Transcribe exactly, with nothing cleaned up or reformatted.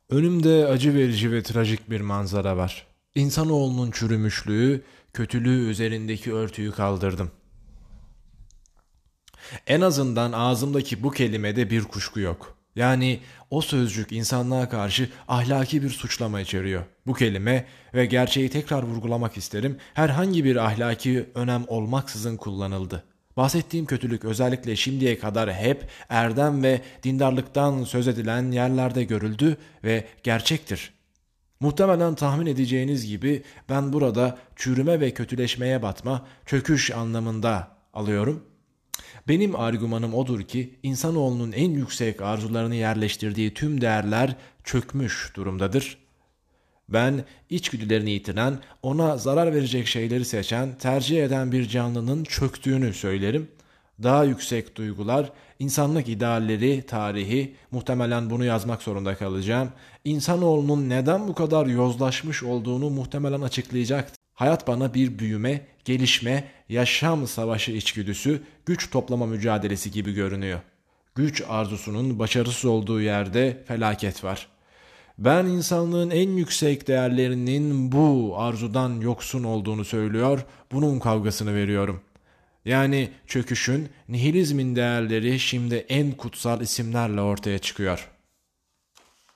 Önümde acı verici ve trajik bir manzara var. İnsanoğlunun çürümüşlüğü, kötülüğü üzerindeki örtüyü kaldırdım. En azından ağzımdaki bu kelimede bir kuşku yok. Yani o sözcük insanlığa karşı ahlaki bir suçlama içeriyor. Bu kelime ve gerçeği tekrar vurgulamak isterim, herhangi bir ahlaki önem olmaksızın kullanıldı. Bahsettiğim kötülük özellikle şimdiye kadar hep erdem ve dindarlıktan söz edilen yerlerde görüldü ve gerçektir. Muhtemelen tahmin edeceğiniz gibi ben burada çürüme ve kötüleşmeye batma, çöküş anlamında alıyorum. Benim argümanım odur ki insanoğlunun en yüksek arzularını yerleştirdiği tüm değerler çökmüş durumdadır. Ben içgüdülerini yitiren, ona zarar verecek şeyleri seçen, tercih eden bir canlının çöktüğünü söylerim. Daha yüksek duygular, insanlık idealleri, tarihi, muhtemelen bunu yazmak zorunda kalacağım. İnsanoğlunun neden bu kadar yozlaşmış olduğunu muhtemelen açıklayacak. Hayat bana bir büyüme, gelişme, yaşam savaşı içgüdüsü, güç toplama mücadelesi gibi görünüyor. Güç arzusunun başarısız olduğu yerde felaket var. Ben insanlığın en yüksek değerlerinin bu arzudan yoksun olduğunu söylüyor, bunun kavgasını veriyorum. Yani çöküşün, nihilizmin değerleri şimdi en kutsal isimlerle ortaya çıkıyor.